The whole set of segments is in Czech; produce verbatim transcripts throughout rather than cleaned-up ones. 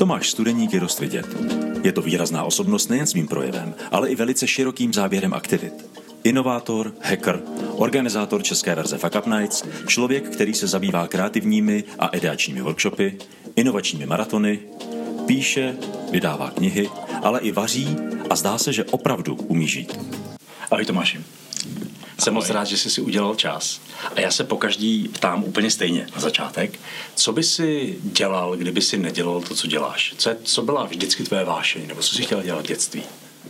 Tomáš Studeník je dost vidět. Je to výrazná osobnost nejen svým projevem, ale i velice širokým záběrem aktivit. Inovátor, hacker, organizátor české verze Fuck Up Nights, člověk, který se zabývá kreativními a ideačními workshopy, inovačními maratony, píše, vydává knihy, ale i vaří a zdá se, že opravdu umí žít. Ahoj Tomáši. Jsem moc rád, že jsi si udělal čas. A já se pokaždý ptám úplně stejně na začátek. Co by si dělal, kdyby si nedělal to, co děláš? Co, je, co byla vždycky tvoje vášeň? Nebo co jsi chtěl dělat v dětství?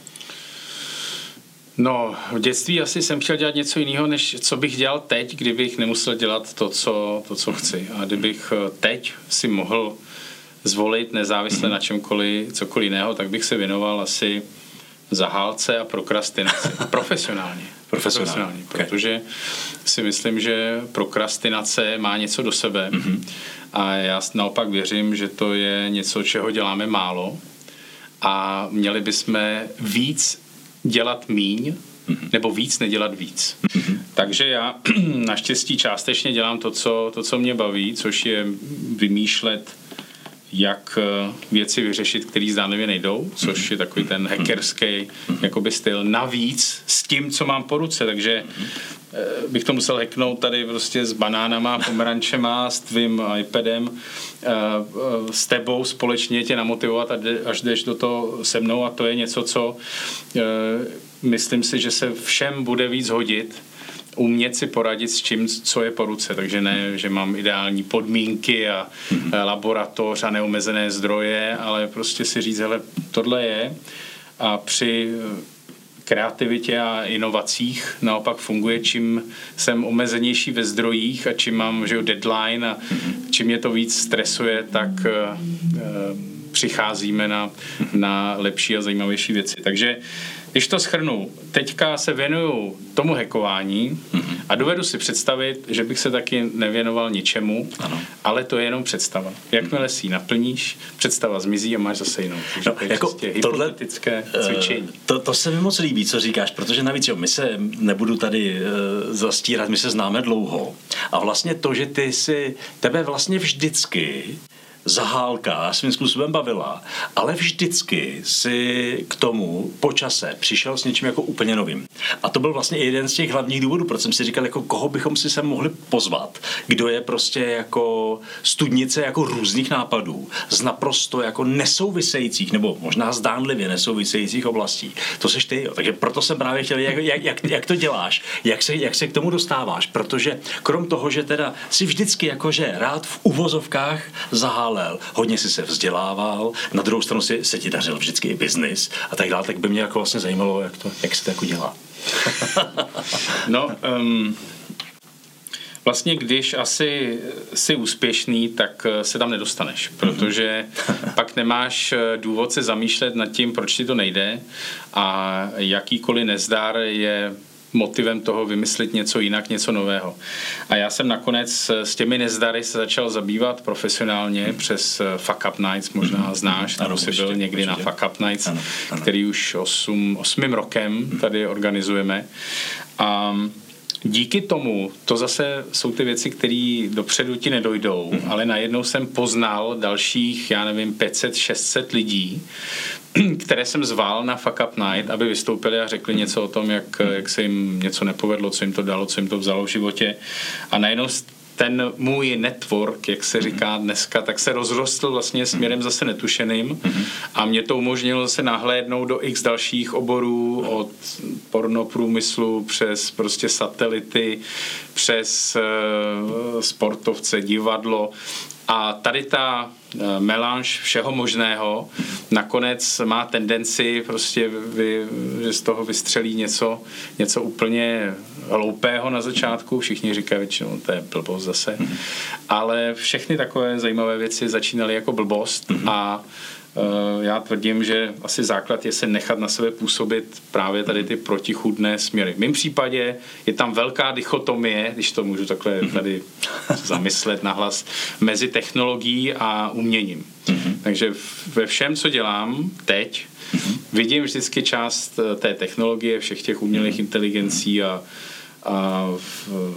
No, v dětství asi jsem chtěl dělat něco jiného, než co bych dělal teď, kdybych nemusel dělat to, co, to, co chci. A kdybych teď si mohl zvolit nezávisle na čemkoliv, cokoliv jiného, tak bych se věnoval asi zahálce a prokrastinaci. Profesionálně. Profesionálně. Okay. Protože si myslím, že prokrastinace má něco do sebe. Mm-hmm. A já naopak věřím, že to je něco, čeho děláme málo. A měli bychom víc dělat míň, mm-hmm. nebo víc nedělat víc. Mm-hmm. Takže já naštěstí částečně dělám to co, to, co mě baví, což je vymýšlet, jak věci vyřešit, které zdánlivě nejdou, což je takový ten hackerský jakoby styl. Navíc s tím, co mám po ruce, takže bych to musel hacknout tady prostě s banánama, pomerančema, s tvým iPadem, s tebou společně tě namotivovat, až jdeš do toho se mnou, a to je něco, co myslím si, že se všem bude víc hodit, umět si poradit s čím, co je po ruce. Takže ne, že mám ideální podmínky a mm-hmm. laboratoř a neomezené zdroje, ale prostě si říct, hele, tohle je, a při kreativitě a inovacích naopak funguje, čím jsem omezenější ve zdrojích a čím mám, že jo, deadline a čím mě to víc stresuje, tak uh, přicházíme na, na lepší a zajímavější věci. Takže když to shrnu, teďka se věnuju tomu hackování a dovedu si představit, že bych se taky nevěnoval ničemu, ano. ale to je jenom představa. Jakmile si ji naplníš, představa zmizí a máš zase jinou. No, to je jako hypotetické cvičení. To, to se mi moc líbí, co říkáš, protože navíc, jo, my se, nebudu tady uh, zastírat, my se známe dlouho. A vlastně to, že ty si, tebe vlastně vždycky zahálka svým způsobem bavila, ale vždycky si k tomu po čase přišel s něčím jako úplně novým. A to byl vlastně jeden z těch hlavních důvodů, proč jsem si říkal, jako koho bychom si sem mohli pozvat, kdo je prostě jako studnice jako různých nápadů z naprosto jako nesouvisejících, nebo možná zdánlivě nesouvisejících oblastí. To seš ty, jo. Takže proto jsem právě chtěl, jak, jak, jak, jak to děláš, jak se, jak se k tomu dostáváš, protože krom toho, že teda si vždycky jakože rád v uvozovkách zahál, hodně si se vzdělával, na druhou stranu si, se ti dařil vždycky i biznis a tak dále, tak by mě jako vlastně zajímalo, jak, to, jak se to jako dělá. No, um, vlastně když asi jsi úspěšný, tak se tam nedostaneš, protože pak nemáš důvod se zamýšlet nad tím, proč ti to nejde, a jakýkoliv nezdar je motivem toho vymyslet něco jinak, něco nového. A já jsem nakonec s těmi nezdary se začal zabývat profesionálně mm. přes Fuck Up Nights, možná mm. znáš, tam jsi byl někdy určitě. Na Fuck Up Nights, ano, ano. který už osm, osmým rokem tady organizujeme. A díky tomu, to zase jsou ty věci, které dopředu ti nedojdou, mm. ale najednou jsem poznal dalších, já nevím, pět set šest set lidí, které jsem zval na Fuck Up Night, aby vystoupili a řekli něco o tom, jak, jak se jim něco nepovedlo, co jim to dalo, co jim to vzalo v životě. A najednou ten můj network, jak se říká dneska, tak se rozrostl vlastně směrem zase netušeným a mě to umožnilo zase nahlédnout do x dalších oborů, od pornoprůmyslu přes prostě satelity, přes uh, sportovce, divadlo. A tady ta melange všeho možného nakonec má tendenci prostě, vy, že z toho vystřelí něco, něco úplně hloupého na začátku. Všichni říkají většinou, to je blbost zase. Mm-hmm. Ale všechny takové zajímavé věci začínaly jako blbost mm-hmm. a uh, já tvrdím, že asi základ je se nechat na sebe působit právě tady ty protichůdné směry. V mém případě je tam velká dichotomie, když to můžu takhle tady zamyslet nahlas, mezi technologií a uměním. Mm-hmm. Takže ve všem, co dělám teď, mm-hmm. vidím vždycky část té technologie, všech těch umělých mm-hmm. inteligencí a, a v,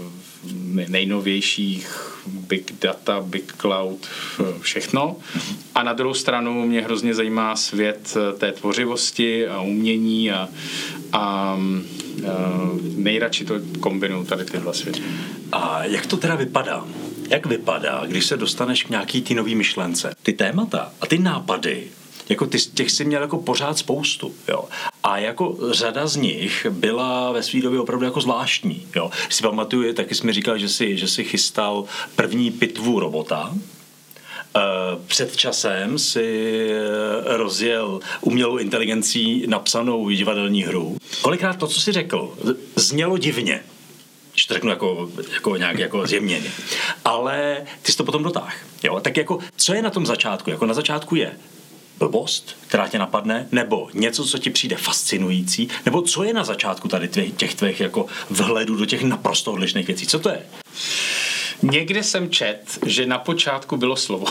nejnovějších big data, big cloud, všechno. A na druhou stranu mě hrozně zajímá svět té tvořivosti a umění a, a, a nejradši to kombinuju tady tyhle světy. A jak to teda vypadá? Jak vypadá, když se dostaneš k nějaký ty nový myšlence? Ty témata a ty nápady, jako ty, těch jsi měl jako pořád spoustu, jo. A jako řada z nich byla ve své době opravdu jako zvláštní, jo. Když si pamatuju, taky jsi mi říkal, že jsi, že jsi chystal první pitvu robota. Před časem si rozjel umělou inteligencí napsanou divadelní hru. Kolikrát to, co jsi řekl, znělo divně. Když to řeknu jako, jako nějak jako zjemněně. Ale ty jsi to potom dotáhl. Jo? Tak jako, co je na tom začátku? Jako na začátku je blbost, která tě napadne, nebo něco, co ti přijde fascinující, nebo co je na začátku tady těch, těch tvých jako vhledů do těch naprosto odlišných věcí? Co to je? Někde jsem čet, že na počátku bylo slovo.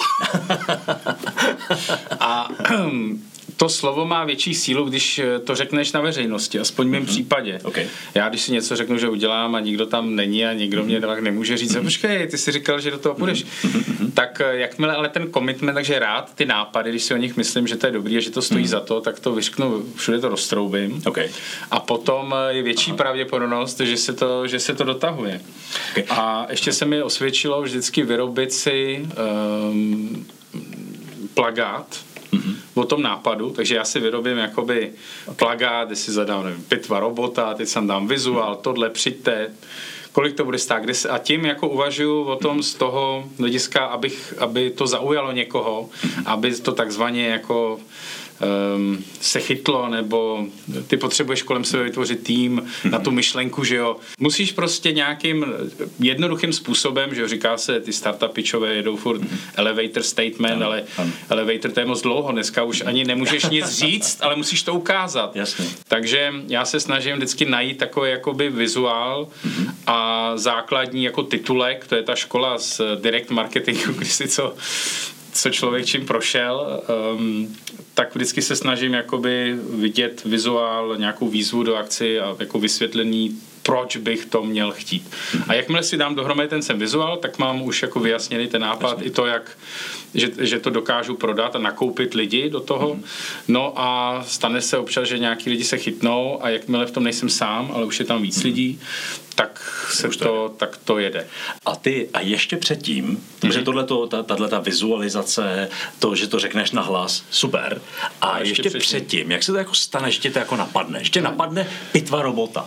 A to slovo má větší sílu, když to řekneš na veřejnosti, aspoň v mém mm-hmm. případě. Okay. Já když si něco řeknu, že udělám a nikdo tam není a nikdo mm-hmm. mě tak nemůže říct, mm-hmm. počkej, ty jsi říkal, že do toho půjdeš. Mm-hmm. Tak jakmile ale ten commitment, takže rád ty nápady, když si o nich myslím, že to je dobrý a že to stojí mm-hmm. za to, tak to vyřknu, všude to roztroubím. Okay. A potom je větší Aha. pravděpodobnost, že se to, že se to dotahuje. Okay. A ještě se mi osvědčilo vždycky vyrobit si um, plagát mm-hmm. o tom nápadu, takže já si vyrobím jakoby okay. plagát, kde si zadám, nevím, pitva robota, teď sem dám vizuál, tohle, přijďte, kolik to bude stát, kde se, a tím jako uvažuju o tom z toho hlediska, abych, aby to zaujalo někoho, aby to takzvaně jako Um, se chytlo, nebo ty potřebuješ kolem sebe vytvořit tým mm-hmm. na tu myšlenku, že jo. Musíš prostě nějakým jednoduchým způsobem, že jo, říká se, ty startupičové jedou furt mm-hmm. elevator statement, ano, ale ano. elevator to je moc dlouho, dneska už ani nemůžeš nic říct, ale musíš to ukázat. Jasně. Takže já se snažím vždycky najít takový jakoby vizuál mm-hmm. a základní jako titulek, to je ta škola z direct marketingu, když si co co člověk čím prošel, um, tak vždycky se snažím jakoby vidět vizuál, nějakou výzvu do akci a jako vysvětlení, proč bych to měl chtít. A jakmile si dám dohromady ten sem vizuál, tak mám už jako vyjasněný ten nápad, Jasně. i to, jak, že, že to dokážu prodat a nakoupit lidi do toho. Mm. No a stane se občas, že nějaký lidi se chytnou a jakmile v tom nejsem sám, ale už je tam víc mm. lidí, tak se to, to, tak to jede. A ty, a ještě předtím, mm-hmm. že tohleto, ta, tato vizualizace, to, že to řekneš na hlas, super. A, a ještě, ještě předtím. předtím, jak se to jako stane, že tě to jako napadne? Ještě napadne pitva robota.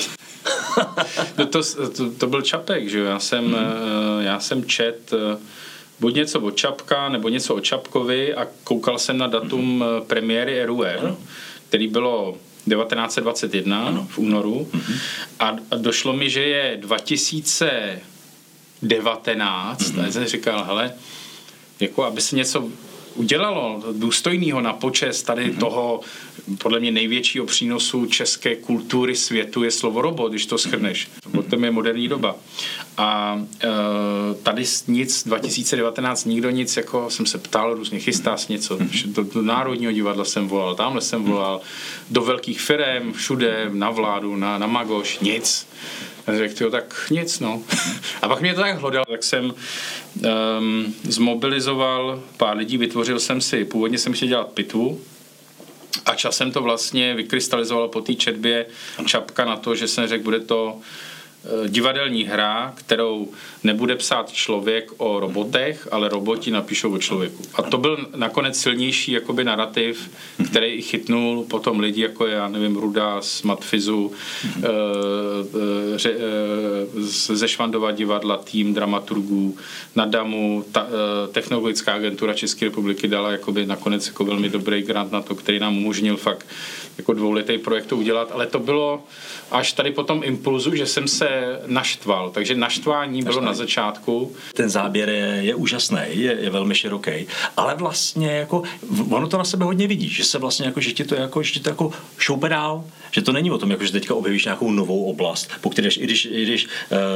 No to, to, to byl Čapek, že jo? Já jsem, mm. já jsem čet buď něco od Čapka, nebo něco o Čapkovi a koukal jsem na datum mm. premiéry R U R, ano. který bylo devatenáct set dvacet jedna ano. v únoru mm-hmm. a, a došlo mi, že je dva tisíce devatenáct mm-hmm. a jsem říkal, hele, jako aby se něco udělalo důstojného na počest tady mm-hmm. toho, podle mě největšího přínosu české kultury světu je slovo robot, když to shrneš. Mm-hmm. To je moderní doba. A e, tady nic, dva tisíce devatenáct nikdo nic, jako jsem se ptal, různě chystá s něco. Mm-hmm. Do, do Národního divadla jsem volal, tamhle jsem volal, do velkých firem, všude, na vládu, na, na Magoš, nic. A řekl, jo, tak nic, no. A pak mě to tak hlodal, tak jsem um, zmobilizoval pár lidí, vytvořil jsem si, původně jsem chtěl dělat pitvu a časem to vlastně vykrystalizovalo po té četbě Čapka na to, že jsem řekl, bude to divadelní hra, kterou nebude psát člověk o robotech, ale roboti napíšou o člověku. A to byl nakonec silnější jakoby narrativ, který i chytnul potom lidi, jako já nevím, Ruda z Matfizu, mm-hmm. e, e, ze Švandova divadla, tým dramaturgů, na Damu, ta, e, Technologická agentura České republiky dala jakoby nakonec jako velmi dobrý grant na to, který nám umožnil fakt jako dvouletý projekt to udělat, ale to bylo až tady po tom impulzu, že jsem se naštval, takže naštvání bylo na začátku. Ten záběr je, je úžasný, je, je velmi široký, ale vlastně jako ono to na sebe hodně vidí, že se vlastně jako, že ti to jako, že ti to jako šoupe dál, že to není o tom, jako, že teďka objevíš nějakou novou oblast, po které, i když, i když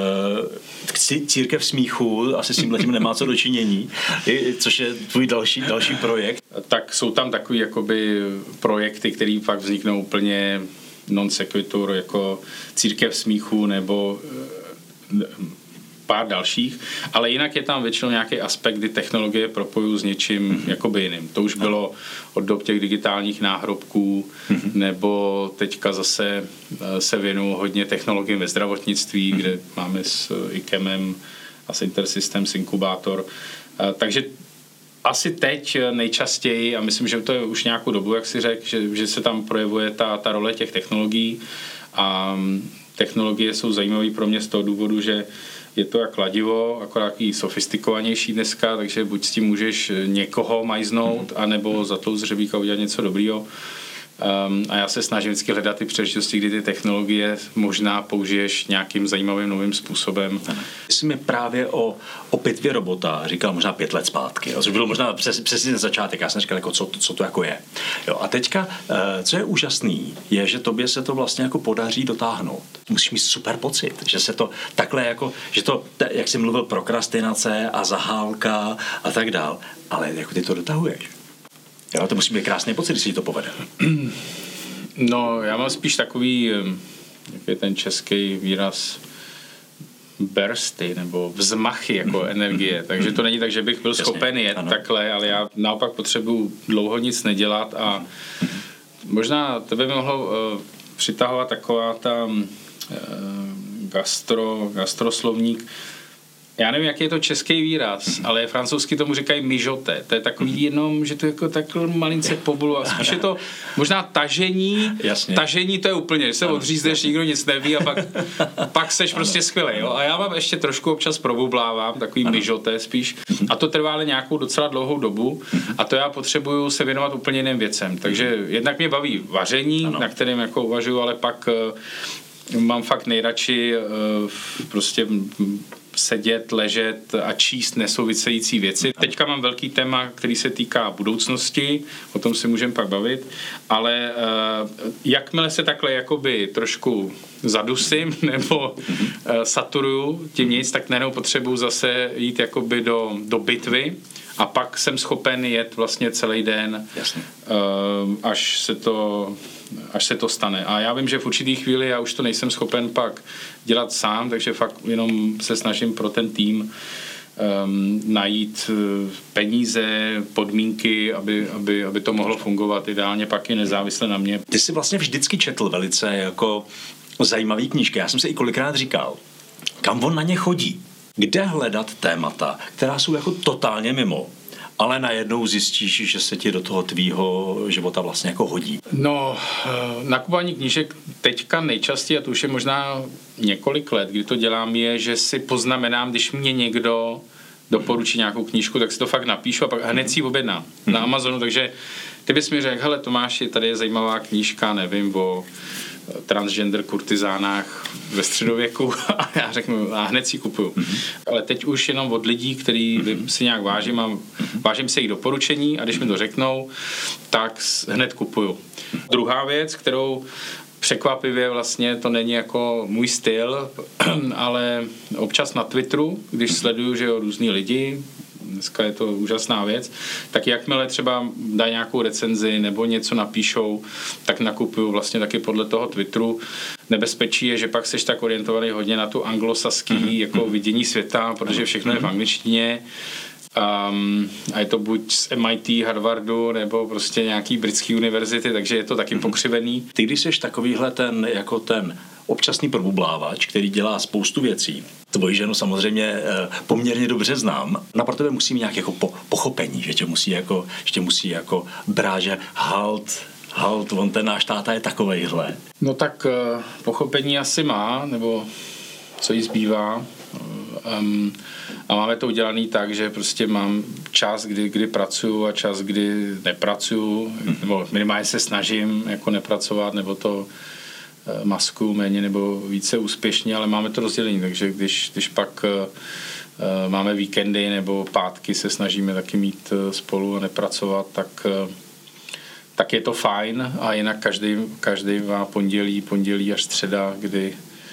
uh, církev smíchu asi s tímhletím nemá co dočinění, což je tvůj další, další projekt. Tak jsou tam takový jakoby projekty, které pak vzniknou úplně non sequitur, jako církev smíchu nebo pár dalších, ale jinak je tam většinou nějaký aspekt, kdy technologie propojují s něčím mm-hmm. jakoby jiným. To už bylo od dob těch digitálních náhrobků, mm-hmm. nebo teďka zase se věnují hodně technologiím ve zdravotnictví, mm-hmm. kde máme s IKEMem a s Intersystems Inkubátor. Takže asi teď nejčastěji, a myslím, že to je už nějakou dobu, jak si řekl, že, že se tam projevuje ta, ta role těch technologií a technologie jsou zajímavé pro mě z toho důvodu, že je to jak kladivo, akorát i sofistikovanější dneska, takže buď s tím můžeš někoho majznout, anebo za tou zřebíka udělat něco dobrýho. Um, a já se snažím vždycky hledat ty příležitosti, kdy ty technologie možná použiješ nějakým zajímavým novým způsobem. Jsi mi právě o, o pitvě robota říkal možná pět let zpátky, jo, což bylo možná přes, přesně ten začátek, já jsem říkal, jako, co, co to jako je. Jo, a teďka, co je úžasný, je, že tobě se to vlastně jako podaří dotáhnout. Musíš mít super pocit, že se to takhle jako, že to, jak jsi mluvil, prokrastinace a zahálka a tak dál, ale jako ty to dotahuješ. Jo, to musí být krásný pocit, když si to povede. No, já mám spíš takový, jak je ten český výraz, bursty, nebo vzmachy jako energie. Takže to není tak, že bych byl Jasně, schopen jet ano. takhle, ale já naopak potřebuji dlouho nic nedělat a možná tebe by mohlo uh, přitahovat taková ta uh, gastro, gastroslovník. Já nevím, jaký je to český výraz, ale francouzsky tomu říkají mijote. To je takový jenom, že to jako takhle malince pobulu a spíš je to možná tažení. Jasně. Tažení to je úplně, že se odřízneš, nikdo nic neví a pak, pak seš prostě skvělej. Jo? A já vám ještě trošku občas probublávám, takový ano. mijote spíš. A to trvá ale nějakou docela dlouhou dobu a to já potřebuju se věnovat úplně jiným věcem. Takže jednak mě baví vaření, ano. na kterém jako uvažuju, ale pak uh, mám fakt nejradši uh, prostě sedět, ležet a číst nesouvisející věci. Teďka mám velký téma, který se týká budoucnosti, o tom si můžeme pak bavit, ale uh, jakmile se takhle jakoby trošku zadusím nebo uh, saturuju tím nic, tak najednou potřebuji zase jít jakoby do, do bitvy a pak jsem schopen jet vlastně celý den, uh, až se to až se to stane. A já vím, že v určitý chvíli já už to nejsem schopen pak dělat sám, takže fakt jenom se snažím pro ten tým um, najít peníze, podmínky, aby, aby, aby to mohlo fungovat ideálně pak i nezávisle na mě. Ty jsi vlastně vždycky četl velice jako zajímavý knížky. Já jsem si i kolikrát říkal, kam on na ně chodí? Kde hledat témata, která jsou jako totálně mimo? Ale najednou zjistíš, že se ti do toho tvýho života vlastně jako hodí. No, nakupování knížek teďka nejčastěji, a to už je možná několik let, kdy to dělám, je, že si poznamenám, když mě někdo doporučí nějakou knížku, tak si to fakt napíšu a pak hned si ji objednám mm-hmm. na Amazonu, takže ty bys mi řekl, hele Tomáši, tady je zajímavá knížka, nevím, o transgender kurtizánách ve středověku a já řeknu, a hned si ji kupuju. Mm-hmm. Ale teď už jenom od lidí, který mm-hmm. si nějak vážím a vážím si jejich doporučení a když mi to řeknou, tak hned kupuju. Mm-hmm. Druhá věc, kterou překvapivě vlastně to není jako můj styl, ale občas na Twitteru, když sleduju, že jo, různý lidi, dneska je to úžasná věc, tak jakmile třeba dají nějakou recenzi nebo něco napíšou, tak nakupuju vlastně taky podle toho Twitteru. Nebezpečí je, že pak seš tak orientovaný hodně na tu anglosaský mm-hmm. jako vidění světa, protože všechno je v angličtině. Um, a je to buď z M I T, Harvardu, nebo prostě nějaký britský univerzity, takže je to taky mm-hmm. pokřivený. Ty, když seš takovýhle ten, jako ten občasný probublávač, který dělá spoustu věcí, tvoji ženu samozřejmě e, poměrně dobře znám, na pro tebe musí mít nějaké jako po, pochopení, že tě musí jako, že tě musí jako brát, že halt, halt, on ten náš táta je takovejhle. No tak e, pochopení asi má, nebo co jí zbývá. Um, a máme to udělaný tak, že prostě mám čas, kdy, kdy pracuju a čas, kdy nepracuju, nebo minimálně se snažím jako nepracovat, nebo to masku méně nebo více úspěšně, ale máme to rozdělení, takže když, když pak uh, máme víkendy nebo pátky se snažíme taky mít uh, spolu a nepracovat, tak, uh, tak je to fajn a jinak každý, každý má pondělí, pondělí až středa, kdy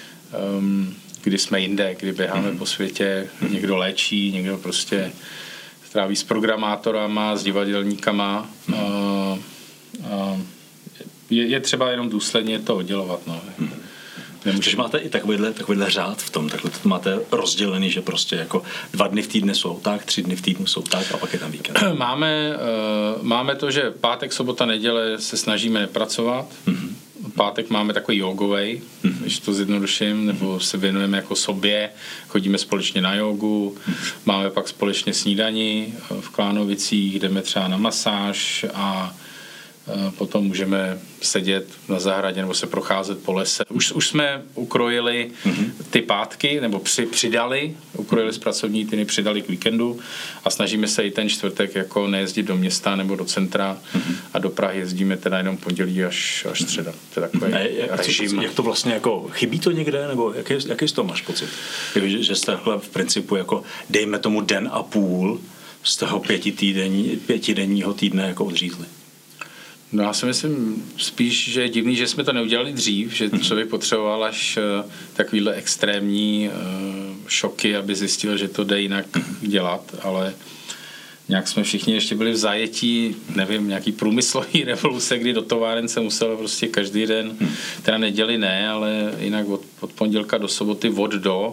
um, kdy jsme jinde, kdy běháme mm. po světě, někdo léčí, někdo prostě tráví s programátorama, s divadelníkama. Mm. A, a je, je třeba jenom důsledně to oddělovat. No. Mm. Nemůžeš máte i takovýhle, takovýhle řád v tom, takhle to máte rozdělený, že prostě jako dva dny v týdne jsou tak, tři dny v týdnu jsou tak a pak je tam víkend. Máme, uh, máme to, že pátek, sobota, neděle se snažíme nepracovat. Mm-hmm. Pátek máme takový jogovej, mm-hmm. když to zjednoduším, nebo se věnujeme jako sobě, chodíme společně na jogu, mm-hmm. máme pak společně snídani v Klánovicích, jdeme třeba na masáž a potom můžeme sedět na zahradě nebo se procházet po lese. Už, už jsme ukrojili mm-hmm. ty pátky, nebo při, přidali, ukrojili z pracovní týdny, přidali k víkendu a snažíme se i ten čtvrtek jako nejezdit do města nebo do centra mm-hmm. a do Prahy jezdíme teda jenom pondělí až, až středa. To je takový jak, režim. Jak to vlastně jako, chybí to někde, nebo jaký, jaký z toho máš pocit? Jako, že, že jste takhle v principu jako dejme tomu den a půl z toho pětitýdenní, pětidenního týdne jako odřízli. No já si myslím spíš, že je divný, že jsme to neudělali dřív, že člověk potřeboval až takovýhle extrémní šoky, aby zjistil, že to jde jinak dělat, ale nějak jsme všichni ještě byli v zajetí, nevím, nějaký průmyslový revoluce, kdy do továren se muselo prostě každý den, teda neděli ne, ale jinak od, od pondělka do soboty od do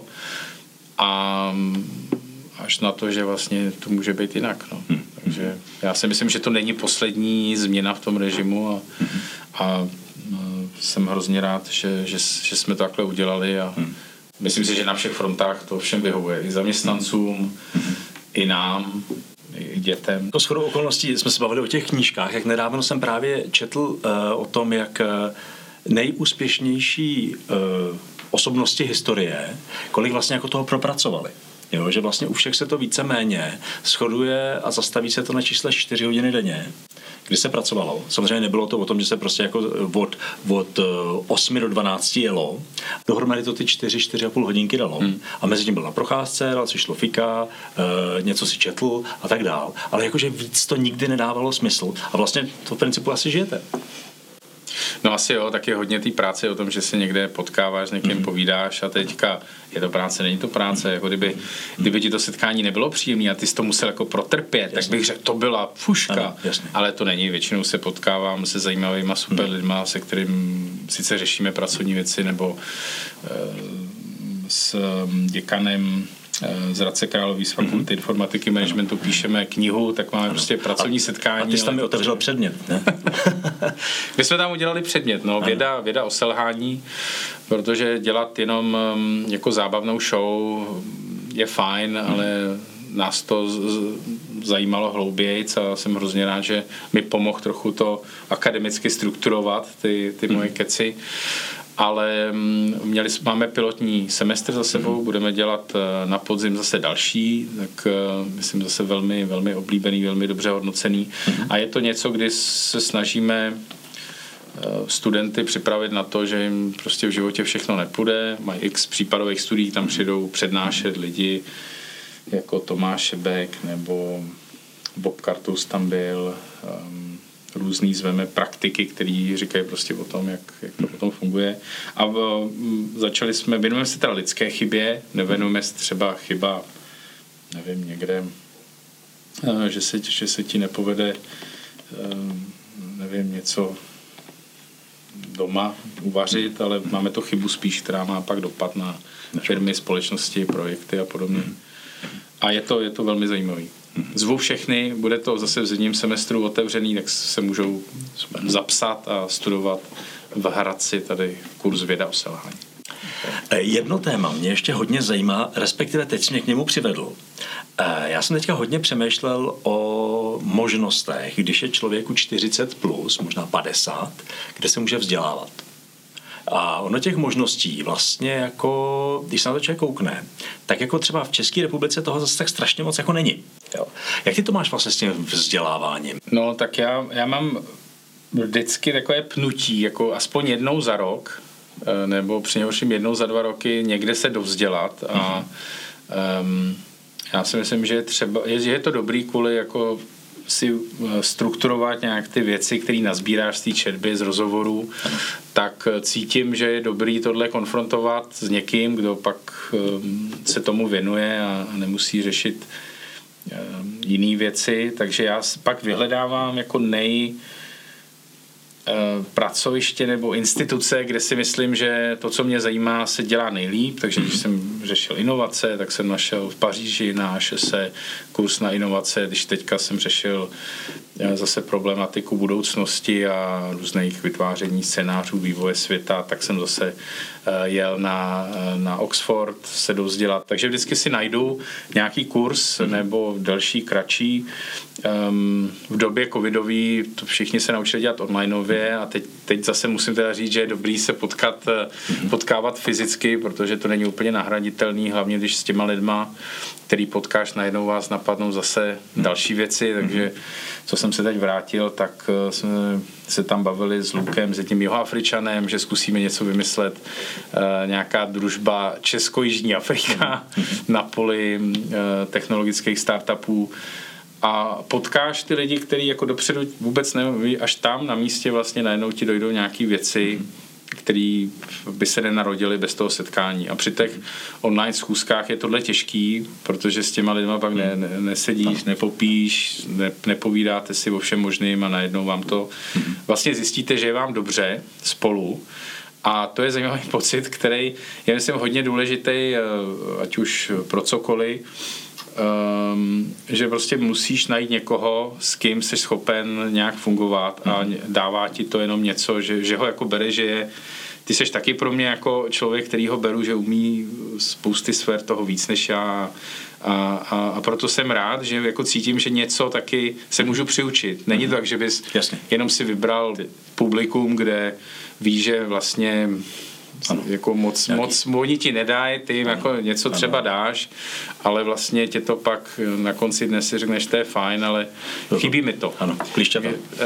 a až na to, že vlastně to může být jinak. No. Hmm. Takže já si myslím, že to není poslední změna v tom režimu a, hmm. a jsem hrozně rád, že, že, že jsme to takhle udělali a hmm. myslím si, že na všech frontách to všem vyhovuje. I zaměstnancům, hmm. i nám, i dětem. To shodou okolností jsme se bavili o těch knížkách, jak nedávno jsem právě četl uh, o tom, jak uh, nejúspěšnější uh, osobnosti historie, kolik vlastně jako toho propracovali. Jo, že vlastně u všech se to víceméně shoduje a zastaví se to na čísle čtyři hodiny denně, kdy se pracovalo. Samozřejmě nebylo to o tom, že se prostě jako od, od osmi do dvanácti jelo. Dohromady to ty čtyři, čtyři a půl hodinky dalo. Hmm. A mezi tím byl na procházce, dal si šlo fika, e, něco si četl a tak dál. Ale jakože víc to nikdy nedávalo smysl. A vlastně to v principu asi žijete. No asi jo, tak je hodně té práce o tom, že se někde potkáváš, s někým mm. povídáš a teďka je to práce, není to práce, mm. jako kdyby, kdyby ti to setkání nebylo příjemné a ty jsi to musel jako protrpět, jasně. Tak bych řekl, to byla fuška, ano, ale to není, většinou se potkávám se zajímavýma super mm. lidma, se kterým sice řešíme pracovní věci nebo e, s děkanem z Hradce Králové z fakulty mm-hmm. informatiky managementu píšeme knihu, tak máme ano. prostě pracovní a, setkání. A ty jsi tam mi otevřel předmět, ne? My jsme tam udělali předmět, no, věda, věda o selhání, protože dělat jenom jako zábavnou show je fajn, mm. ale nás to z- zajímalo hloubějc a jsem hrozně rád, že mi pomohl trochu to akademicky strukturovat, ty, ty moje mm. keci. Ale měli, máme pilotní semestr za sebou, mm. budeme dělat na podzim zase další, tak myslím zase velmi, velmi oblíbený, velmi dobře hodnocený. Mm. A je to něco, kdy se snažíme studenty připravit na to, že jim prostě v životě všechno nepůjde. Mají x případových studií, tam přijdou přednášet lidi jako Tomáš Šebek nebo Bob Kartus tam byl, um, různý zveme praktiky, který říkají prostě o tom, jak, jak to potom funguje. A v, začali jsme, věnujeme se teda lidské chybě, nevěnujeme se třeba chyba, nevím, někde, že se, že se ti nepovede, nevím, něco doma uvařit, ale máme to chybu spíš, která má pak dopad na firmy, společnosti, projekty a podobně. A je to, je to velmi zajímavý. Zvu všechny, bude to zase v zimním semestru otevřený, tak se můžou zapsat a studovat v Hradci tady kurz věda o selhání. Jedno téma mě ještě hodně zajímá, respektive teď jsi mě k němu přivedl. Já jsem teďka hodně přemýšlel o možnostech, když je člověku čtyřicet plus, možná padesát, kde se může vzdělávat. A ono těch možností vlastně jako, když se na to člověk koukne, tak jako třeba v České republice toho zase tak strašně moc jako není. Jo. Jak ty to máš vlastně s tím vzděláváním? No tak já, já mám vždycky takové pnutí, jako aspoň jednou za rok, nebo přinejmenším jednou za dva roky někde se dovzdělat a um, já si myslím, že je třeba, je, je to dobrý kvůli jako si strukturovat nějak ty věci, které nazbíráš z té četby, z rozhovorů, tak cítím, že je dobrý tohle konfrontovat s někým, kdo pak um, se tomu věnuje a, a nemusí řešit um, jiné věci, takže já pak vyhledávám jako nej pracoviště nebo instituce, kde si myslím, že to, co mě zajímá, se dělá nejlíp, takže když jsem řešil inovace, tak jsem našel v Paříži na H S E kurz na inovace, když teďka jsem řešil zase problematiku budoucnosti a různých vytváření scénářů vývoje světa, tak jsem zase jel na, na Oxford se dozdělat. Takže vždycky si najdu nějaký kurz nebo další, kratší. V době covidový to všichni se naučili dělat onlineově a teď, teď zase musím teda říct, že je dobrý se potkat, potkávat fyzicky, protože to není úplně nahraditelný, hlavně když s těma lidma, který potkáš, najednou vás napadnou zase další věci, takže co jsem se teď vrátil, tak jsme se tam bavili s Lukem, s tím Jihoafričanem, že zkusíme něco vymyslet, nějaká družba Česko-Jižní Afrika na poli technologických startupů. A potkáš ty lidi, kteří jako dopředu vůbec neví, až tam na místě vlastně najednou ti dojdou nějaký věci, které by se nenarodily bez toho setkání. A při těch online schůzkách je tohle těžký, protože s těma lidma pak ne, ne, nesedíš, nepopíš, ne, nepovídáte si o všem možným a najednou vám to vlastně zjistíte, že je vám dobře spolu. A to je zajímavý pocit, který je myslím hodně důležitý, ať už pro cokoliv, Um, že prostě musíš najít někoho, s kým jsi schopen nějak fungovat a dává ti to jenom něco, že, že ho jako bere, že je, ty seš taky pro mě jako člověk, který ho beru, že umí spousty sfér toho víc než já a, a, a proto jsem rád, že jako cítím, že něco taky se můžu přiučit. Není to tak, že bys Jasně. jenom si vybral publikum, kde víš, že vlastně ano. jako moc, moc oni ti nedají, ty jim jako něco ano. třeba dáš, ale vlastně tě to pak na konci dne si řekneš, to je fajn, ale Dobre. chybí mi to. Ano, klíšťata.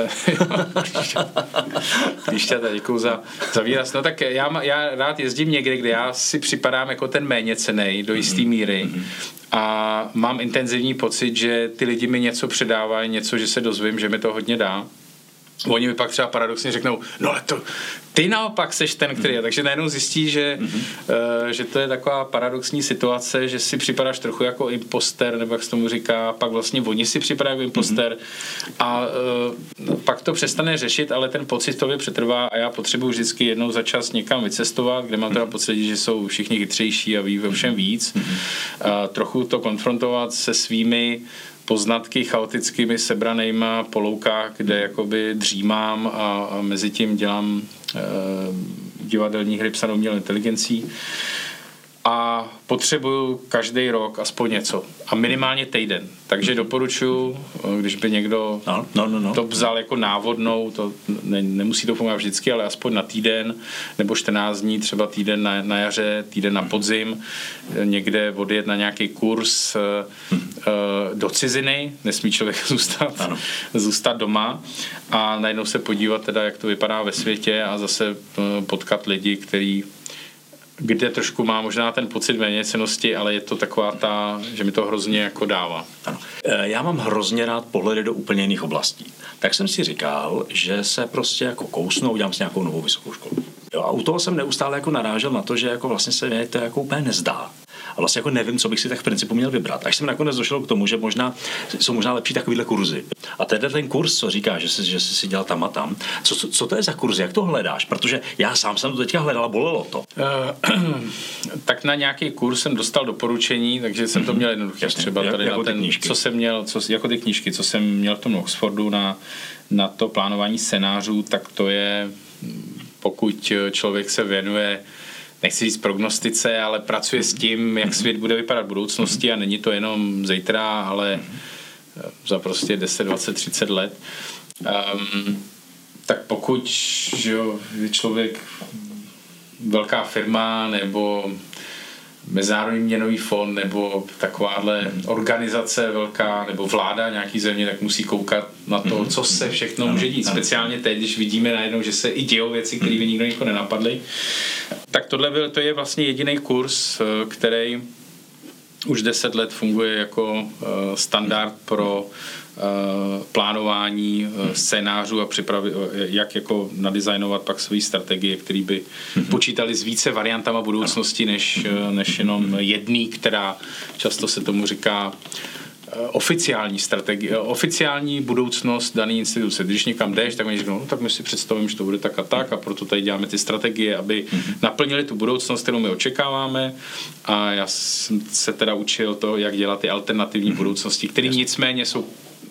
Klíšťata, děkuju za, za výraz. No tak já, já rád jezdím někde, kde já si připadám jako ten méněcennej do jistý mm-hmm. míry mm-hmm. a mám intenzivní pocit, že ty lidi mi něco předávají, něco, že se dozvím, že mi to hodně dá. Oni mi pak třeba paradoxně řeknou, no ale to, ty naopak seš ten, který je. Takže najednou zjistí, že, mm-hmm. uh, že to je taková paradoxní situace, že si připadáš trochu jako imposter, nebo jak se tomu říká, pak vlastně oni si připadají jako imposter mm-hmm. a uh, pak to přestane řešit, ale ten pocit tobě přetrvá a já potřebuji vždycky jednou za čas někam vycestovat, kde mám teda pocit, že jsou všichni chytřejší a ví ve všem víc. Mm-hmm. Uh, trochu to konfrontovat se svými poznatky chaotickými sebranejma po loukách, kde jakoby dřímám a, a mezi tím dělám e, divadelní hry psanou umělou inteligencí a potřebuju každý rok aspoň něco a minimálně týden. Takže doporučuji, když by někdo no, no, no, no. to vzal jako návodnou, to ne, nemusí to fungovat vždycky, ale aspoň na týden nebo čtrnáct dní, třeba týden na, na jaře, týden na podzim, někde odjet na nějaký kurz hmm. do ciziny, nesmí člověk zůstat, ano. zůstat doma a najednou se podívat teda, jak to vypadá ve světě a zase potkat lidi, který kde trošku má možná ten pocit méněcennosti, ale je to taková ta, že mi to hrozně jako dává. Ano. Já mám hrozně rád pohledy do úplně jiných oblastí. Tak jsem si říkal, že se prostě jako kousnu, udělám si nějakou novou vysokou školu. Jo, a u toho jsem neustále jako narážel na to, že jako vlastně se mě to jako úplně nezdá. A vlastně jako nevím, co bych si tak v principu měl vybrat. Až jsem nakonec došel k tomu, že možná jsou možná lepší takovýhle kurzy. A tedy ten kurz, co říká, že jsi, že jsi si dělal tam a tam, co, co, co to je za kurzy, jak to hledáš? Protože já sám jsem to teďka hledal a bolelo to. Uh, tak na nějaký kurz jsem dostal doporučení, takže jsem to měl jednoduché. Třeba tady jak, na ten, co jsem měl, co, jako ty knížky, co jsem měl v tom Oxfordu na, na to plánování scénářů, tak to je, pokud člověk se věnuje nechci říct prognostice, ale pracuje s tím, jak svět bude vypadat v budoucnosti a není to jenom zítra, ale za prostě deset, dvacet, třicet let. Um, tak pokud že jo, je člověk velká firma nebo Mezinárodní měnový fond nebo takováhle organizace velká nebo vláda nějaký země, tak musí koukat na to, co se všechno může dít. Speciálně teď, když vidíme najednou, že se i dějou věci, které by nikdo nikdo nenapadly. Tak tohle byl, to je vlastně jediný kurz, který už deset let funguje jako standard pro plánování scénářů a připravy, jak jako nadizajnovat pak svou strategie, který by počítali s více variantama budoucnosti, než, než jenom jedný, která často se tomu říká oficiální strategie, oficiální budoucnost dané instituce. Když někam jdeš, tak oni řeknou, no tak my si představíme, že to bude tak a tak a proto tady děláme ty strategie, aby mm-hmm. naplnili tu budoucnost, kterou my očekáváme a já jsem se teda učil to, jak dělat ty alternativní mm-hmm. budoucnosti, které nicméně jsou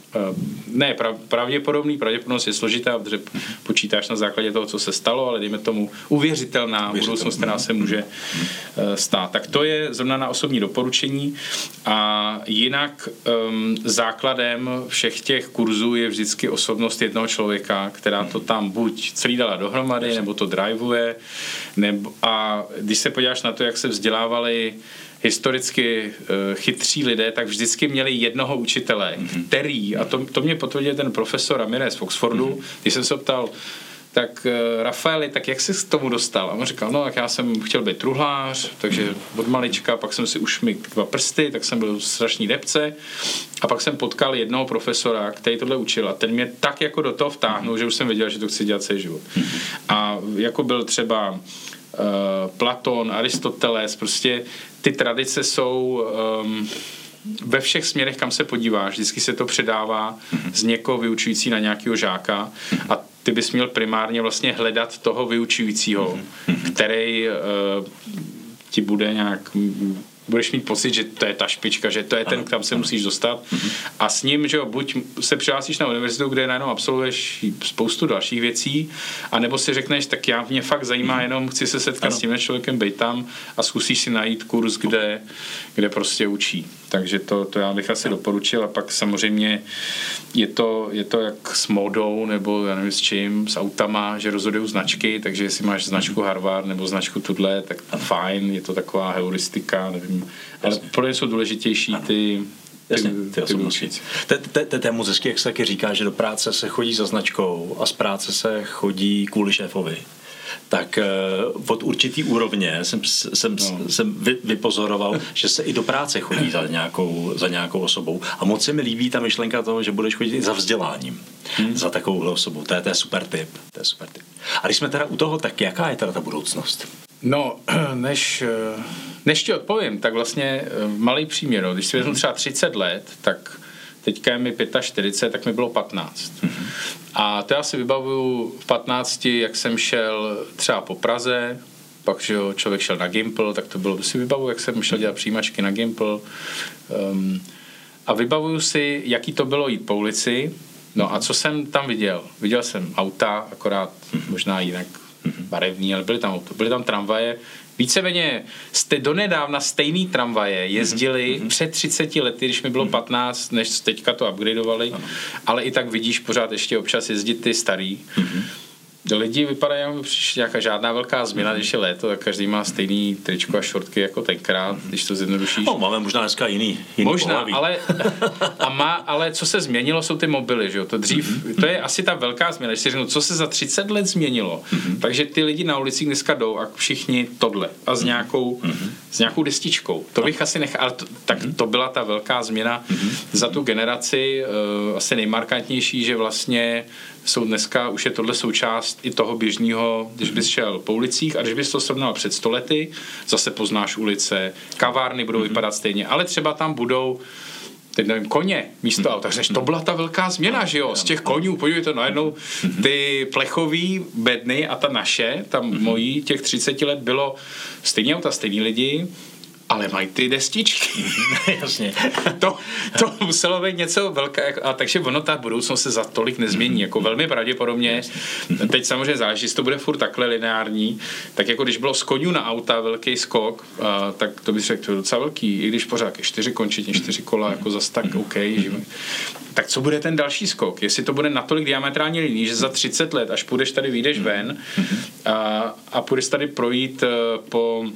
ne, pravděpodobný, pravděpodobnost je složitá, protože počítáš na základě toho, co se stalo, ale dejme tomu uvěřitelná budoucnost, která se může stát. Tak to je zrovna na osobní doporučení a jinak um, základem všech těch kurzů je vždycky osobnost jednoho člověka, která to tam buď celý dala dohromady, nebo to driveuje, nebo, a když se podíváš na to, jak se vzdělávali historicky uh, chytří lidé, tak vždycky měli jednoho učitele, mm-hmm. který, a to, to mě potvrdil ten profesor Ramirez v Oxfordu, mm-hmm. když jsem se ptal, tak uh, Rafaeli, tak jak jsi k tomu dostal? A on říkal, no tak já jsem chtěl být truhlář, takže od malička, pak jsem si ušmykl dva prsty, tak jsem byl v strašný depce a pak jsem potkal jednoho profesora, který tohle učil a ten mě tak jako do toho vtáhnul, mm-hmm. že už jsem věděl, že to chci dělat celý život. Mm-hmm. A jako byl třeba uh, Platon, Aristoteles, prostě ty tradice jsou um, ve všech směrech, kam se podíváš, vždycky se to předává mm-hmm. z někoho vyučující na nějakého žáka mm-hmm. a ty bys měl primárně vlastně hledat toho vyučujícího, mm-hmm. který uh, ti bude nějak, budeš mít pocit, že to je ta špička, že to je ten, kam se musíš dostat mm-hmm. a s ním, že jo, buď se přihlásíš na univerzitu, kde najednou absolvuješ spoustu dalších věcí, anebo si řekneš, tak já mě fakt zajímá, jenom chci se setkat ano. s tím člověkem, bejt tam a zkusíš si najít kurz, kde, kde prostě učí. Takže to, to já bych asi doporučil a pak samozřejmě je to, je to jak s módou nebo já nevím s čím, s autama, že rozhodují značky, takže jestli máš značku Harvard nebo značku tudle, tak fajn, je to taková heuristika, nevím, ale pro ně jsou důležitější ty Jasně, ty osobnosti. To je moc hezky, jak se taky říká, že do práce se chodí za značkou a z práce se chodí kvůli šéfovi. Tak uh, od určitý úrovně jsem, jsem, no. jsem vy, vypozoroval, že se i do práce chodí za nějakou, za nějakou osobou. A moc se mi líbí ta myšlenka toho, že budeš chodit i za vzděláním. Hmm. Za takovouhle osobou. To je, to je super tip. To je super tip. A když jsme teda u toho, tak jaká je teda ta budoucnost? No, než, než ti odpovím, tak vlastně malý příměr. No. Když si vezmu třeba třicet let, tak teďka je mi čtyřicet pět, tak mi bylo patnáct. Mm-hmm. A to já si vybavuju v patnácti, jak jsem šel třeba po Praze, pak, že jo, člověk šel na Gimpl, tak to bylo, si vybavuju, jak jsem šel dělat přijímačky na Gimpl. Um, a vybavuju si, jaký to bylo jít po ulici. No a co jsem tam viděl? Viděl jsem auta, akorát mm-hmm. možná jinak barevný, ale byly tam auto, byly tam tramvaje. Víceméně jste donedávna stejný tramvaje jezdili mm-hmm. před třiceti lety, když mi bylo patnáct, než teďka to upgradeovali, ano. ale i tak vidíš pořád ještě občas jezdit ty starý. Mm-hmm. Lidi vypadají, jako přišla nějaká žádná velká změna, mm-hmm. když je léto, tak každý má stejný tričko a šortky jako tenkrát, mm-hmm. když to zjednodušíš. No, máme možná dneska jiný, jiný Možná, pohlaví. ale, a má, ale co se změnilo, jsou ty mobily, že jo? To dřív, mm-hmm. to je asi ta velká změna, když si řeknu, co se za třicet let změnilo. Mm-hmm. Takže ty lidi na ulicích dneska jdou a všichni tohle a s nějakou, mm-hmm. s nějakou destičkou. To bych asi nechal, ale to, tak mm-hmm. to byla ta velká změna mm-hmm. za tu generaci, uh, asi nejmarkantnější, že vlastně jsou dneska, už je tohle součást i toho běžného, když bys šel po ulicích a když bys to srovnal před sto lety, zase poznáš ulice, kavárny budou mm-hmm. vypadat stejně, ale třeba tam budou teď nevím, koně místo mm-hmm. auta. Řeš, to byla ta velká změna, no, že jo? Z těch konňů, podívejte, najednou mm-hmm. ty plechový bedny a ta naše, tam mm-hmm. mojí těch třicet let bylo stejně auta, stejný lidi, ale mají ty destičky. Jasně. to, to muselo být něco velké. A takže ono, ta budoucnost se za tolik nezmění. Jako velmi pravděpodobně. Teď samozřejmě záleží, jestli to bude furt takhle lineární. Tak jako když bylo z konňů na auta velký skok, a, tak to bych řekl, to je docela velký. I když pořád čtyři končetně, čtyři kola, jako zas tak OK. Že? Tak co bude ten další skok? Jestli to bude natolik diametrálně jiný, že za třicet let, až půjdeš tady, vyjdeš ven a, a půjdeš tady projít po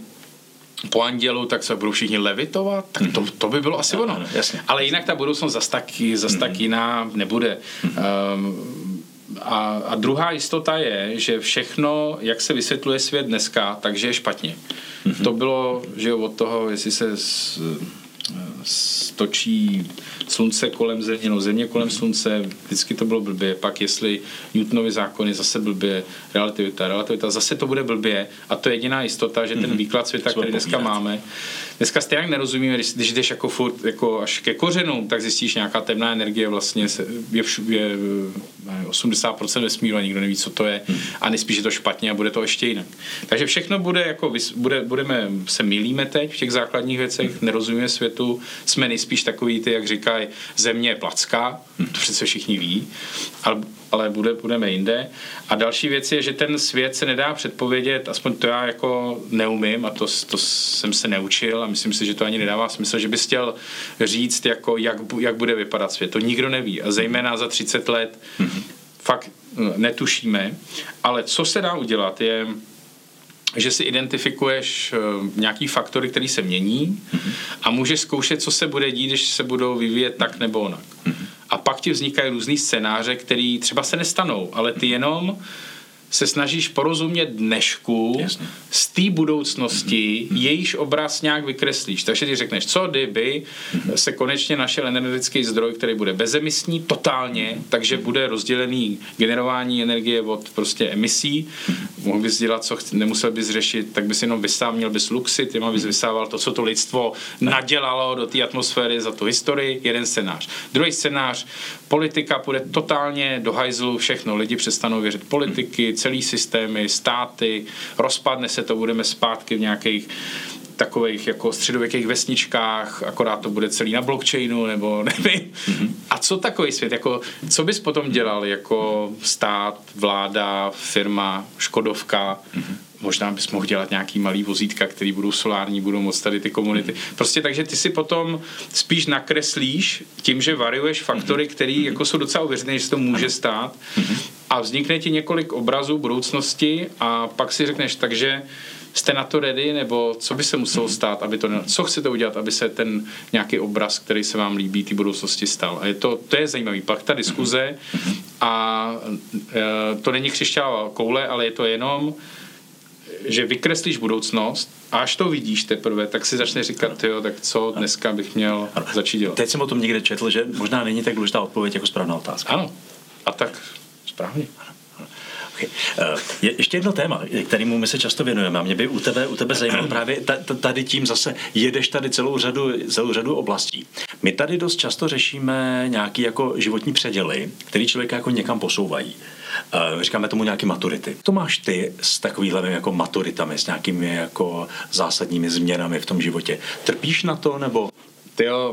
po Andělu, tak se budou všichni levitovat, tak to, to by bylo asi ono. Ano, jasně. Ale jinak ta budoucnost zas tak, zas mm-hmm. tak jiná nebude. Mm-hmm. Um, a, a druhá jistota je, že všechno, jak se vysvětluje svět dneska, takže je špatně. Mm-hmm. To bylo, že od toho, jestli se z, z točí slunce kolem země, no země kolem slunce, vždycky to bylo blbě, pak jestli Newtonovy zákony zase blbě, relativita, relativita, zase to bude blbě a to je jediná jistota, že ten výklad světa, který dneska máme, dneska stejně nerozumíme, když, když jdeš jako furt jako až ke kořenům, tak zjistíš nějaká temná energie vlastně se, je, všu, je osmdesát procent vesmíru a nikdo neví, co to je a nespíš je to špatně a bude to ještě jinak. Takže všechno bude jako, bude, budeme, se mýlíme teď v těch základních věcech, nerozumíme světu, jsme nejspíš takový ty, jak říkají, země je placká, to přece všichni ví, ale, ale bude, budeme jinde. A další věc je, že ten svět se nedá předpovědět, aspoň to já jako neumím a to, to jsem se neučil a myslím si, že to ani nedává smysl, že bys chtěl říct, jako, jak, jak bude vypadat svět. To nikdo neví a zejména za třicet let mm-hmm. fakt netušíme, ale co se dá udělat je, že si identifikuješ nějaký faktory, které se mění mm-hmm. a můžeš zkoušet, co se bude dít, když se budou vyvíjet tak nebo onak. Mm-hmm. A pak ti vznikají různý scénáře, které třeba se nestanou, ale ty jenom se snažíš porozumět dnešku Jasně. z té budoucnosti, mm-hmm. jejíž obraz nějak vykreslíš. Takže ty řekneš, co kdyby mm-hmm. se konečně našel energetický zdroj, který bude bezemisní, totálně, takže bude rozdělený generování energie od prostě emisí. Mm-hmm. Mohl bys dělat, co chci, nemusel bys řešit, tak bys jenom vysával, měl bys luxy, ty bys vysával to, co to lidstvo nadělalo do té atmosféry za tu historii. Jeden scénář. Druhý scénář, politika půjde totálně do hajzlu, všechno, lidi přestanou věřit politiky, celý systémy, státy, rozpadne se to, budeme zpátky v nějakých takových jako středověkých vesničkách, akorát to bude celý na blockchainu, nebo nevím. Mm-hmm. A co takový svět? Jako, co bys potom dělal jako stát, vláda, firma, Škodovka? Mm-hmm. Možná bys mohl dělat nějaký malý vozítka, který budou solární, budou moc tady ty komunity. Prostě takže ty si potom spíš nakreslíš tím, že variuješ faktory, které jako jsou docela uvěřitelné, že se to může stát a vznikne ti několik obrazů budoucnosti a pak si řekneš, takže jste na to ready, nebo co by se muselo stát, aby to, co chcete udělat, aby se ten nějaký obraz, který se vám líbí, té budoucnosti stal. A je to, to je zajímavý. Pak ta diskuze a e, to není křišťálová koule, ale je to jenom že vykreslíš budoucnost a až to vidíš teprve, tak si začneš říkat, jo, tak co dneska bych měl ano. začít dělat. Teď jsem o tom někde četl, že možná není tak důležitá odpověď jako správná otázka. Ano. A tak správně. Ano. Okay. Je ještě jedno téma, kterému my se často věnujeme a mě by u tebe, u tebe zajímalo právě tady tím zase jedeš tady celou řadu, celou řadu oblastí. My tady dost často řešíme nějaký jako životní předěly, který člověka jako někam posouvají. Říkáme tomu nějaké maturity. To máš ty s takovými jako maturitami, s nějakými jako zásadními změnami v tom životě. Trpíš na to, nebo? Tyjo,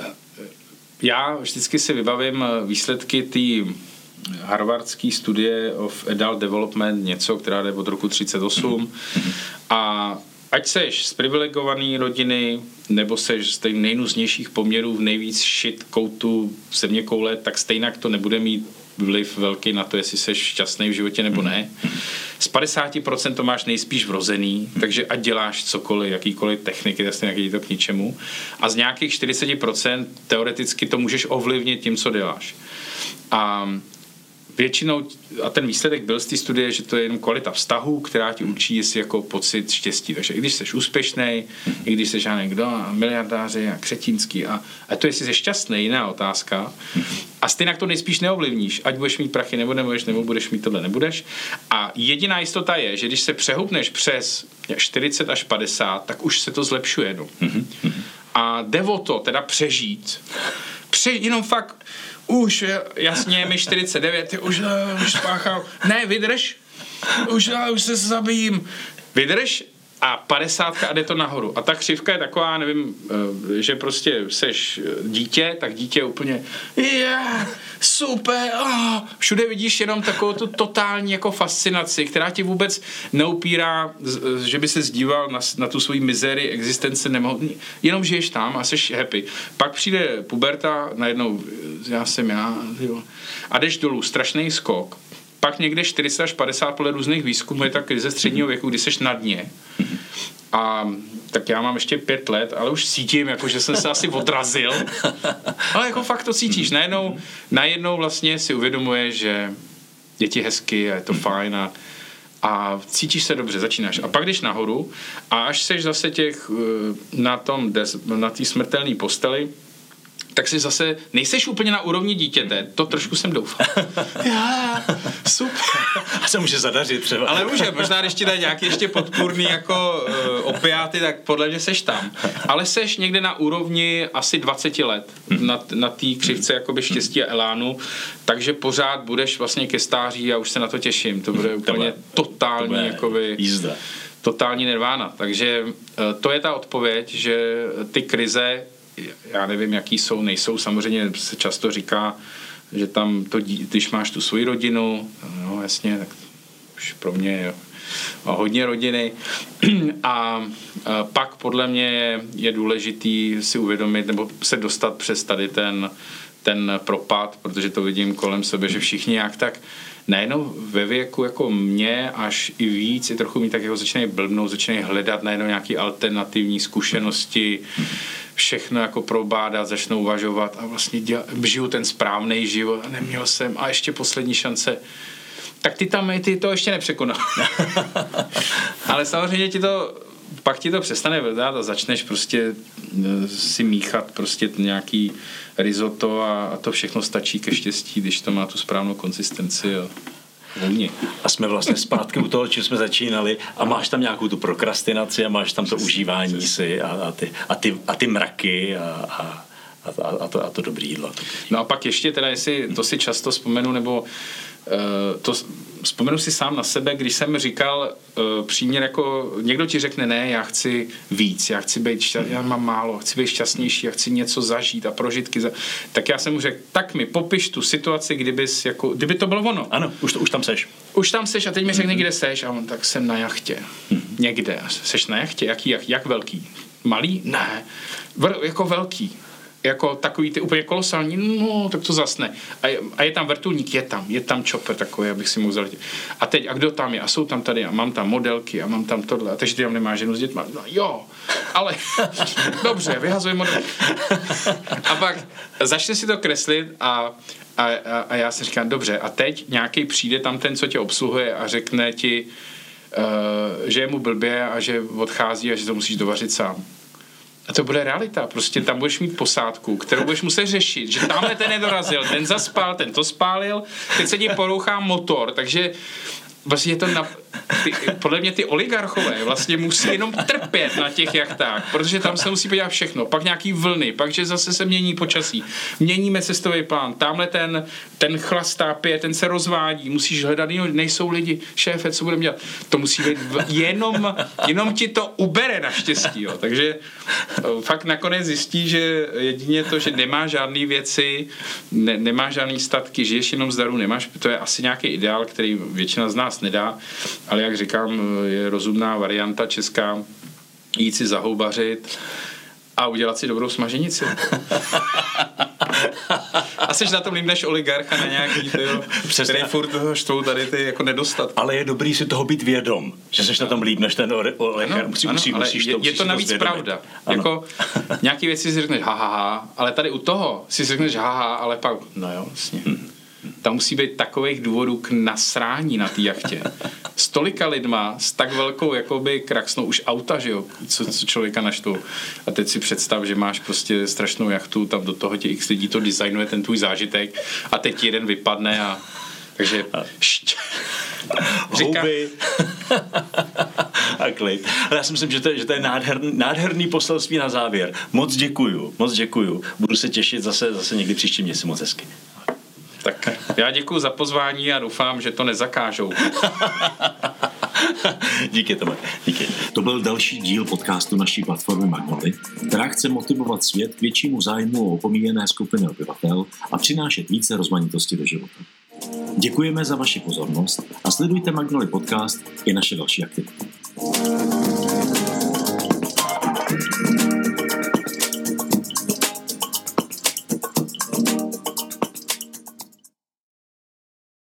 já vždycky si vybavím výsledky té harvardské studie of adult development, něco, která jde od roku třicet osm a ať seš z privilegované rodiny, nebo seš z těch nejnuznějších poměrů v nejvíc shit koutu země koule, tak stejně to nebude mít vliv velký na to, jestli jsi šťastný v životě nebo ne. Z padesát procent to máš nejspíš vrozený, takže ať děláš cokoliv, jakýkoliv techniky, jasně nějaký to k ničemu. A z nějakých čtyřicet procent teoreticky to můžeš ovlivnit tím, co děláš. A většinou, a ten výsledek byl z té studie, že to je jenom kvalita vztahů, která ti učí, jestli jako pocit štěstí. Takže i když jsi úspěšný, i když jsi žádný kdo, a miliardáři a křetínský, a, a to jestli jsi šťastný, jiná otázka. A stejně to nejspíš neovlivníš, ať budeš mít prachy, nebo nebudeš, nebo budeš mít tohle, nebudeš. A jediná jistota je, že když se přehoupneš přes čtyřicet až padesát, tak už se to zlepšuje. No. A jde o to, teda přežít. Pře, jenom fakt už, jasně, mi čtyřicet devět, už, už spáchal, ne, vydrž, už, už se zabijím, vydrž a padesátka a jde to nahoru. A ta křivka je taková, nevím, že prostě seš dítě, tak dítě úplně, yeah, super, oh. Všude vidíš jenom takovou tu totální jako fascinaci, která ti vůbec neupírá, že by se zdíval na, na tu svoji mizérii existence, nemohl, jenom žiješ tam a seš happy. Pak přijde puberta, najednou, já jsem já, jo, a jdeš dolů, strašný skok. Pak někde čtyřicet až padesát podle různých výzkumů je ta krize středního věku, kdy seš na dně. A tak já mám ještě pět let, ale už cítím, jako, že jsem se asi odrazil. Ale jako fakt to cítíš. Najednou, najednou vlastně si uvědomuješ, že je ti hezky a je to fajn a, a cítíš se dobře, začínáš. A pak jdeš nahoru a až seš zase těch na tom, na té smrtelné posteli, tak si zase nejseš úplně na úrovni dítěte, to trošku jsem doufal. Já, super. A se může zadařit třeba. Ale může, možná když ti dají nějaký ještě podpůrný jako uh, opiáty, tak podle mě seš tam. Ale seš někde na úrovni asi dvacet let na, na té křivce jakoby štěstí a elánu, takže pořád budeš vlastně ke stáří a už se na to těším. To bude úplně to bude, totální to bude jakoby, jízda. Totální nirvána. Takže uh, to je ta odpověď, že ty krize, já nevím, jaký jsou, nejsou. Samozřejmě se často říká, že tam, to, když máš tu svoji rodinu, no jasně, tak už pro mě je hodně rodiny. A pak podle mě je, je důležitý si uvědomit nebo se dostat přes tady ten, ten propad, protože to vidím kolem sebe, že všichni jak tak najednou ve věku jako mě až i víc, i trochu mi tak jako začínají blbnout, začínají hledat najednou nějaké alternativní zkušenosti, všechno jako probádat, začnou uvažovat a vlastně děla, žiju ten správný život a neměl jsem a ještě poslední šance. Tak ty tam, ty to ještě nepřekonal. Ale samozřejmě ti to, pak ti to přestane vrdat a začneš prostě si míchat prostě nějaký risotto a, a to všechno stačí ke štěstí, když to má tu správnou konzistenci a vůni. A jsme vlastně zpátky u toho, čím jsme začínali a máš tam nějakou tu prokrastinaci a máš tam to přesně, užívání přesně. si a, a, ty, a, ty, a ty mraky a, a, a, a, to, a to dobrý jídlo. To no a pak ještě teda, jestli to si často vzpomenu, nebo Uh, to vzpomenu si sám na sebe, když jsem říkal uh, příměr, jako někdo ti řekne, ne, já chci víc, já chci být šťastný, já mám málo, chci být šťastnější, já chci něco zažít a prožitky. Za... Tak já jsem mu řekl, tak mi popiš tu situaci, kdybys, jako, kdyby to bylo ono. Ano, už, to, už tam seš. Už tam seš a teď mi řekne, mm-hmm. kde seš a on, tak jsem na jachtě. Mm-hmm. Někde. Seš na jachtě? Jaký, jak, jak velký? Malý? Ne. Vr- jako velký. Jako takový ty úplně kolosální, no, tak to zasne. A je, a je tam vrtulník, je tam, je tam chopper takový, abych si mohl zaletět. A teď, a kdo tam je? A jsou tam tady, a mám tam modelky, a mám tam tohle, a teď ty tam nemáš ženu s dětma. No jo, ale dobře, vyhazuj modelky. A pak začne si to kreslit a, a, a, a já si říkám, dobře, a teď nějaký přijde tam ten, co tě obsluhuje a řekne ti, uh, že je mu blbě a že odchází a že to musíš dovařit sám. A to bude realita. Prostě tam budeš mít posádku, kterou budeš muset řešit, že tamhle ten nedorazil, ten zaspal, ten to spálil, teď se ti porouchá motor, takže vlastně je to na, ty, podle mě ty oligarchové vlastně musí jenom trpět na těch jachtách, protože tam se musí podívat všechno, pak nějaký vlny, pak, že zase se mění počasí, měníme cestový plán, tamhle ten, ten chlastá pije, ten se rozvádí, musíš hledat, nejsou lidi, šéfe, co budeme dělat, to musí být jenom, jenom ti to ubere naštěstí, jo. Takže fakt nakonec zjistí, že jedině to, že nemáš žádný věci, ne, nemáš žádný statky, žiješ jenom z darů, nemáš, to je asi nějaký ideál, který většina z nás nedá, ale jak říkám, je rozumná varianta česká jít si zahoubařit a udělat si dobrou smaženici. A jsi na tom líp než oligarcha na nějaký, tyjo, který furt štvou tady ty jako nedostatky. Ale je dobrý si toho být vědom, že jsi na tom líp než ten oligarch. Musí, ano, musí, ale musíš je, to, je to navíc to pravda. Jako, nějaký věci si řekneš ha, ha, ha, ale tady u toho si řekneš ha, ha, ale pak, no jo, vlastně. Hmm. Tam musí být takových důvodů k nasrání na té jachtě. S tolika lidma, s tak velkou jakoby kraxnou už auta, že jo, co, co člověka naštou. A teď si představ, že máš prostě strašnou jachtu, tam do toho tě x lidí to designuje ten tvůj zážitek a teď jeden vypadne a takže šť. Říká... Houby a klid. Ale já si myslím, že to je, že to je nádherný, nádherný poselství na závěr. Moc děkuju, moc děkuju. Budu se těšit zase, zase někdy příští měsíc. Moc hezky. Tak já děkuju za pozvání a doufám, že to nezakážou. Díky, Tome. Díky. To byl další díl podcastu naší platformy Magnoly, která chce motivovat svět k většímu zájmu o opomíjené skupiny obyvatel a přinášet více rozmanitosti do života. Děkujeme za vaši pozornost a sledujte Magnoly podcast i naše další aktivity.